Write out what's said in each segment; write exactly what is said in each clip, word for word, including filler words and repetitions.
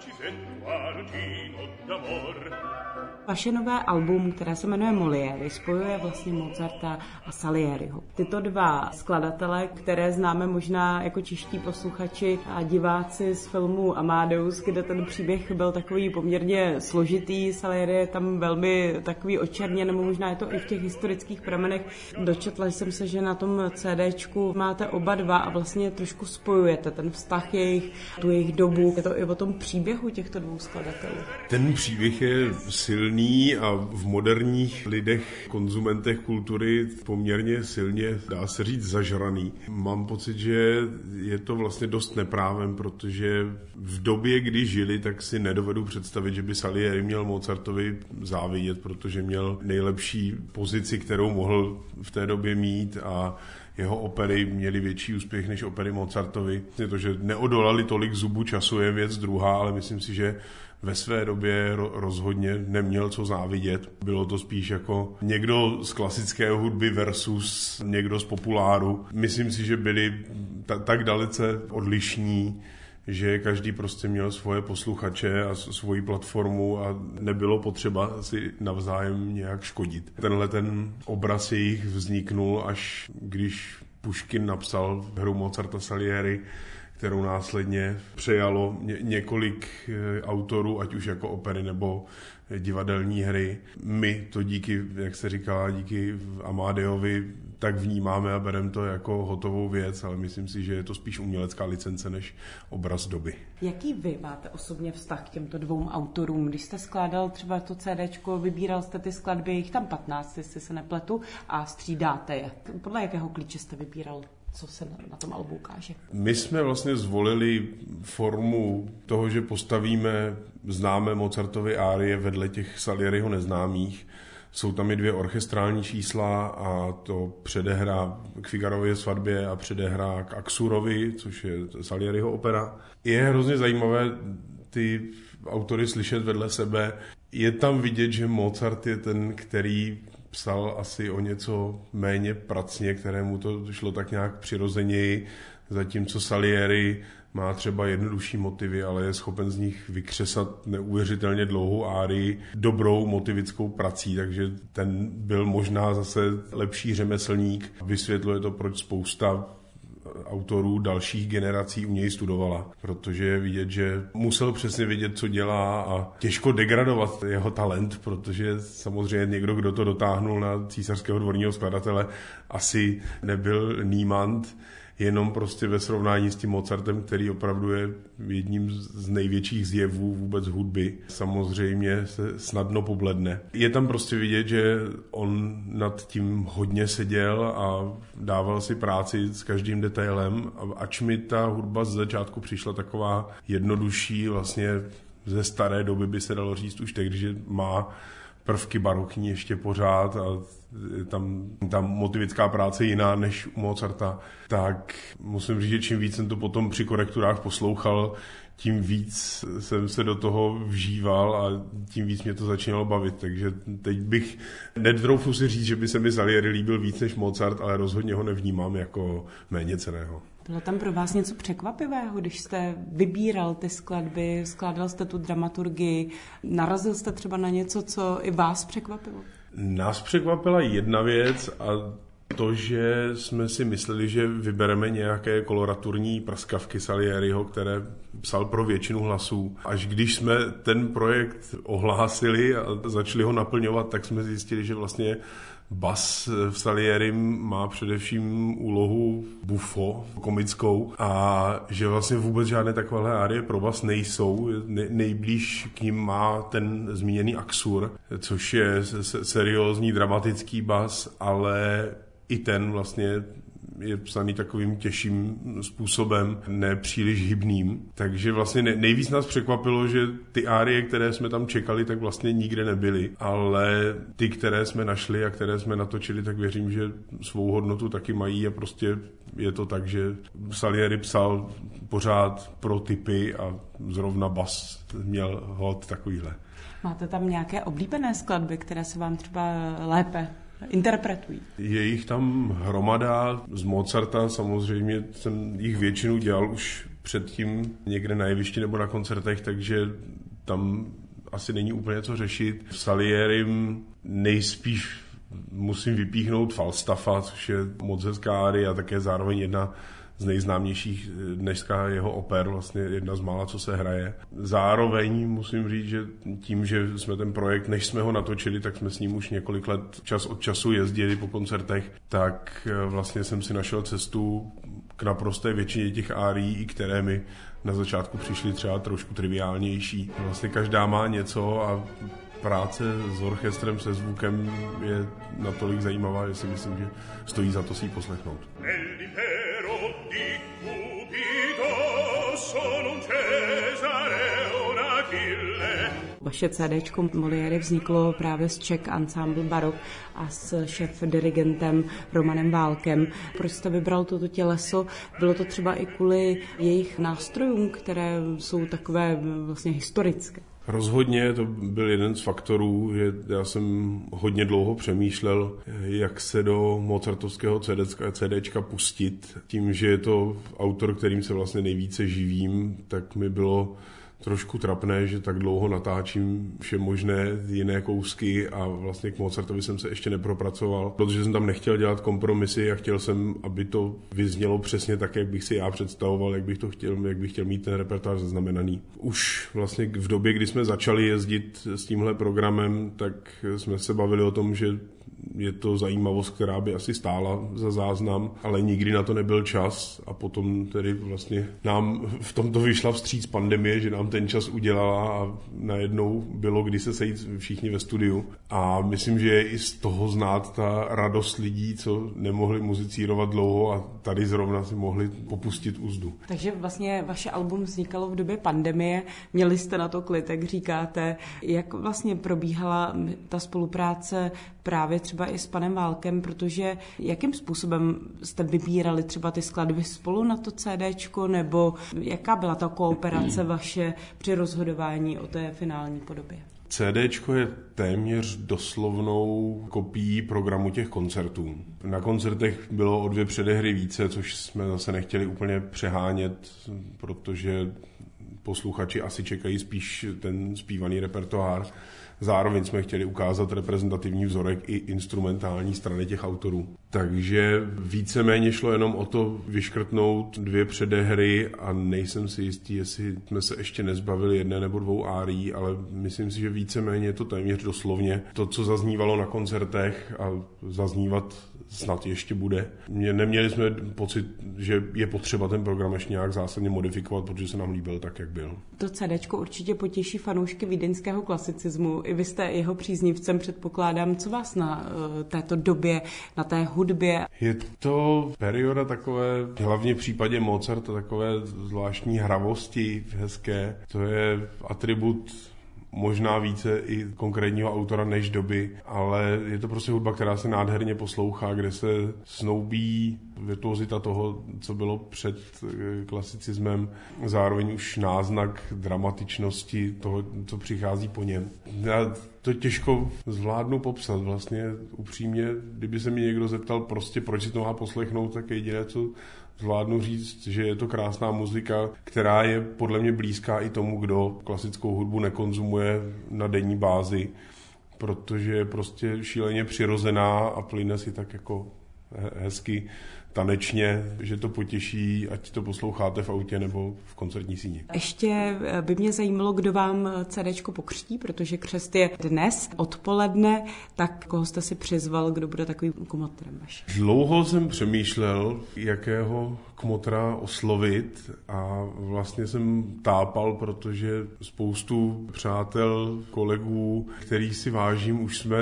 Vaše nové album, které se jmenuje Molière, spojuje vlastně Mozarta a Salieriho. Tyto dva skladatele, které známe možná jako čeští posluchači a diváci z filmu Amadeus, kde ten příběh byl takový poměrně složitý, Salieri je tam velmi takový očerněn, nebo možná je to i v těch historických pramenech. Dočetla jsem se, že na tom CDčku máte oba dva a vlastně trošku spojujete ten vztah jejich, tu jejich dobu. Je to i o tom příběhu těchto dvou skladatelů. Ten příběh je silný a v moderních lidech, konzumentech kultury poměrně silně, dá se říct, zažraný. Mám pocit, že je to vlastně dost neprávem, protože v době, kdy žili, tak si nedovedu představit, že by Salieri měl Mozartovi závidět, protože měl nejlepší pozici, kterou mohl v té době mít a jeho opery měly větší úspěch než opery Mozartovi. Je to, že neodolali tolik zubů času, je věc druhá, ale myslím si, že ve své době rozhodně neměl co závidět. Bylo to spíš jako někdo z klasické hudby versus někdo z populáru. Myslím si, že byli ta- tak dalece odlišní, že každý prostě měl svoje posluchače a svoji platformu a nebylo potřeba si navzájem nějak škodit. Tenhle ten obraz jejich vzniknul, až když Puškin napsal hru Mozarta Salieri, kterou následně přejalo ně- několik autorů, ať už jako opery nebo divadelní hry. My to díky, jak se říká, díky Amadeovi tak vnímáme a bereme to jako hotovou věc, ale myslím si, že je to spíš umělecká licence než obraz doby. Jaký vy máte osobně vztah k těmto dvou autorům? Když jste skládal třeba to CDčko, vybíral jste ty skladby, jich tam patnáct, jestli se nepletu, a střídáte je. Podle jakého klíče jste vybíral? Co se na tom albu ukáže? My jsme vlastně zvolili formu toho, že postavíme známé Mozartovy árie vedle těch Salieriho neznámých. Jsou tam i dvě orchestrální čísla a to předehra k Figarově svatbě a předehra k Axurovi, což je Salieriho opera. Je hrozně zajímavé ty autory slyšet vedle sebe. Je tam vidět, že Mozart je ten, který psal asi o něco méně pracně, kterému to šlo tak nějak přirozeněji, zatímco Salieri má třeba jednodušší motivy, ale je schopen z nich vykřesat neuvěřitelně dlouhou árii dobrou motivickou prací, takže ten byl možná zase lepší řemeslník. Vysvětluje to, proč spousta autorů dalších generací u něj studovala, protože je vidět, že musel přesně vědět, co dělá a těžko degradovat jeho talent, protože samozřejmě někdo, kdo to dotáhnul na císařského dvorního skladatele, asi nebyl Niemand, jenom prostě ve srovnání s tím Mozartem, který opravdu je jedním z největších zjevů vůbec hudby, samozřejmě se snadno pobledne. Je tam prostě vidět, že on nad tím hodně seděl a dával si práci s každým detailem, ač mi ta hudba z začátku přišla taková jednodušší, vlastně ze staré doby by se dalo říct už teď, že má prvky barokní ještě pořád a tam ta motivická práce jiná než u Mozarta, tak musím říct, že čím víc jsem to potom při korekturách poslouchal, tím víc jsem se do toho vžíval a tím víc mě to začínalo bavit. Takže teď bych nedroufl si říct, že by se mi Salieri líbil víc než Mozart, ale rozhodně ho nevnímám jako méněcenného. Bylo tam pro vás něco překvapivého, když jste vybíral ty skladby, skládal jste tu dramaturgii, narazil jste třeba na něco, co i vás překvapilo? Nás překvapila jedna věc a to, že jsme si mysleli, že vybereme nějaké koloraturní prskavky Salieriho, které psal pro většinu hlasů. Až když jsme ten projekt ohlásili a začali ho naplňovat, tak jsme zjistili, že vlastně bas v Salierim má především úlohu buffo, komickou, a že vlastně vůbec žádné takové árie pro bas nejsou. Nejblíž k ním má ten zmíněný Axur, což je seriózní dramatický bas, ale i ten vlastně je psaný takovým těžším způsobem, nepříliš hybným. Takže vlastně nejvíc nás překvapilo, že ty árie, které jsme tam čekali, tak vlastně nikde nebyly. Ale ty, které jsme našli a které jsme natočili, tak věřím, že svou hodnotu taky mají a prostě je to tak, že Salieri psal pořád pro typy a zrovna bas měl hod takovýhle. Máte tam nějaké oblíbené skladby, které se vám třeba lépe interpretují? Je jich tam hromada. Z Mozarta samozřejmě jsem jich většinu dělal už předtím někde na jevišti nebo na koncertech, takže tam asi není úplně co řešit. V Salierim nejspíš musím vypíchnout Falstaffa, což je moc hezká árie a také zároveň jedna z nejznámějších dneska jeho oper, vlastně jedna z mála, co se hraje. Zároveň musím říct, že tím, že jsme ten projekt, než jsme ho natočili, tak jsme s ním už několik let čas od času jezdili po koncertech, tak vlastně jsem si našel cestu k naprosté většině těch árií, které mi na začátku přišly třeba trošku triviálnější. Vlastně každá má něco a práce s orchestrem, se zvukem je natolik zajímavá, že si myslím, že stojí za to si ji poslechnout. Vaše CDčko Moliéry vzniklo právě s Czech Ensemble Baroque a s šéf-dirigentem Romanem Válkem. Proč jste vybral toto těleso? Bylo to třeba i kvůli jejich nástrojům, které jsou takové vlastně historické? Rozhodně to byl jeden z faktorů, že já jsem hodně dlouho přemýšlel, jak se do mozartovského CDčka pustit. Tím, že je to autor, kterým se vlastně nejvíce živím, tak mi bylo trošku trapné, že tak dlouho natáčím vše možné jiné kousky a vlastně k Mozartovi jsem se ještě nepropracoval, protože jsem tam nechtěl dělat kompromisy a chtěl jsem, aby to vyznělo přesně tak, jak bych si já představoval, jak bych to chtěl, jak bych chtěl mít ten repertoár zaznamenaný. Už vlastně v době, kdy jsme začali jezdit s tímhle programem, tak jsme se bavili o tom, že je to zajímavost, která by asi stála za záznam, ale nikdy na to nebyl čas a potom tedy vlastně nám v tomto vyšla vstříc pandemie, že nám ten čas udělala a najednou bylo kdy se sejít všichni ve studiu. A myslím, že je i z toho znát ta radost lidí, co nemohli muzicírovat dlouho a tady zrovna si mohli popustit úzdu. Takže vlastně vaše album vznikalo v době pandemie, měli jste na to klid, jak říkáte. Jak vlastně probíhala ta spolupráce právě třeba i s panem Válkem, protože jakým způsobem jste vybírali třeba ty skladby spolu na to CDčko, nebo jaká byla ta kooperace vaše při rozhodování o té finální podobě? CDčko je téměř doslovnou kopií programu těch koncertů. Na koncertech bylo o dvě předehry více, což jsme zase nechtěli úplně přehánět, protože posluchači asi čekají spíš ten zpívaný repertoár. Zároveň jsme chtěli ukázat reprezentativní vzorek i instrumentální strany těch autorů. Takže víceméně šlo jenom o to vyškrtnout dvě předehry a nejsem si jistý, jestli jsme se ještě nezbavili jedné nebo dvou árií, ale myslím si, že víceméně je to téměř doslovně to, co zaznívalo na koncertech a zaznívat snad ještě bude. Neměli jsme pocit, že je potřeba ten program ještě nějak zásadně modifikovat, protože se nám líbil tak, jak byl. To CDčko určitě potěší fanoušky vídeňského klasicismu. I vy jste jeho příznivcem, předpokládám. Co vás na uh, této době, na té hudbě? Je to perioda takové, hlavně v případě Mozarta, takové zvláštní hravosti hezké. To je atribut možná více i konkrétního autora než doby, ale je to prostě hudba, která se nádherně poslouchá, kde se snoubí virtuozita toho, co bylo před klasicismem, zároveň už náznak dramatičnosti toho, co přichází po něm. Já to těžko zvládnu popsat vlastně upřímně, kdyby se mi někdo zeptal prostě, proč si to má poslechnout, tak jediné, co zvládnu říct, že je to krásná muzika, která je podle mě blízká i tomu, kdo klasickou hudbu nekonzumuje na denní bázi, protože je prostě šíleně přirozená a plyne si tak jako hezky tanečně, že to potěší, ať to posloucháte v autě nebo v koncertní síni. Ještě by mě zajímalo, kdo vám CDčko pokřtí, protože křest je dnes odpoledne, tak koho jste si přizval, kdo bude takovým kmotrem vaším? Dlouho jsem přemýšlel, jakého kmotra oslovit a vlastně jsem tápal, protože spoustu přátel, kolegů, kterých si vážím, už jsme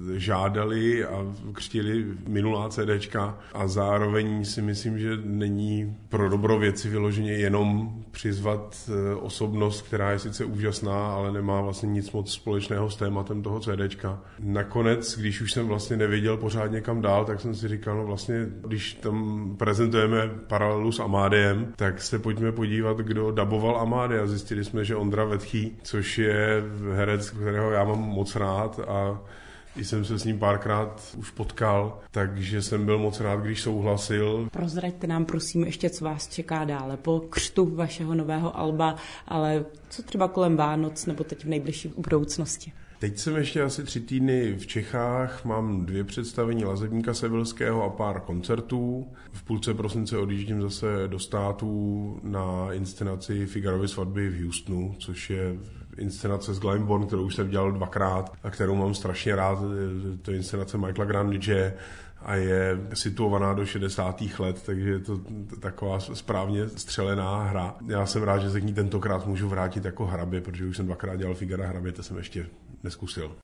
žádali a křtili minulá CDčka a zároveň si myslím, že není pro dobro věci vyloženě jenom přizvat osobnost, která je sice úžasná, ale nemá vlastně nic moc společného s tématem toho CDčka. Nakonec, když už jsem vlastně nevěděl pořádně kam dál, tak jsem si říkal, no vlastně, když tam prezentujeme paralelu s Amádiem, tak se pojďme podívat, kdo daboval Amádia. Zjistili jsme, že Ondra Vetchý, což je herec, kterého já mám moc rád a jsem se s ním párkrát už potkal, takže jsem byl moc rád, když souhlasil. Prozraďte nám prosím ještě, co vás čeká dále po křtu vašeho nového alba, ale co třeba kolem Vánoc nebo teď v nejbližší budoucnosti? Teď jsem ještě asi tři týdny v Čechách, mám dvě představení Lazebníka Sevilského a pár koncertů. V půlce prosince odjíždím zase do států na inscenaci Figarovy svatby v Houstonu, což je inscenace s Glyndebourne, kterou už jsem dělal dvakrát a kterou mám strašně rád. To je inscenace Michaela Grandage a je situovaná do šedesátých let, takže je to taková správně střelená hra. Já jsem rád, že se k ní tentokrát můžu vrátit jako hrabě, protože už jsem dvakrát dělal Figara hrabě, to jsem ještě neskusil.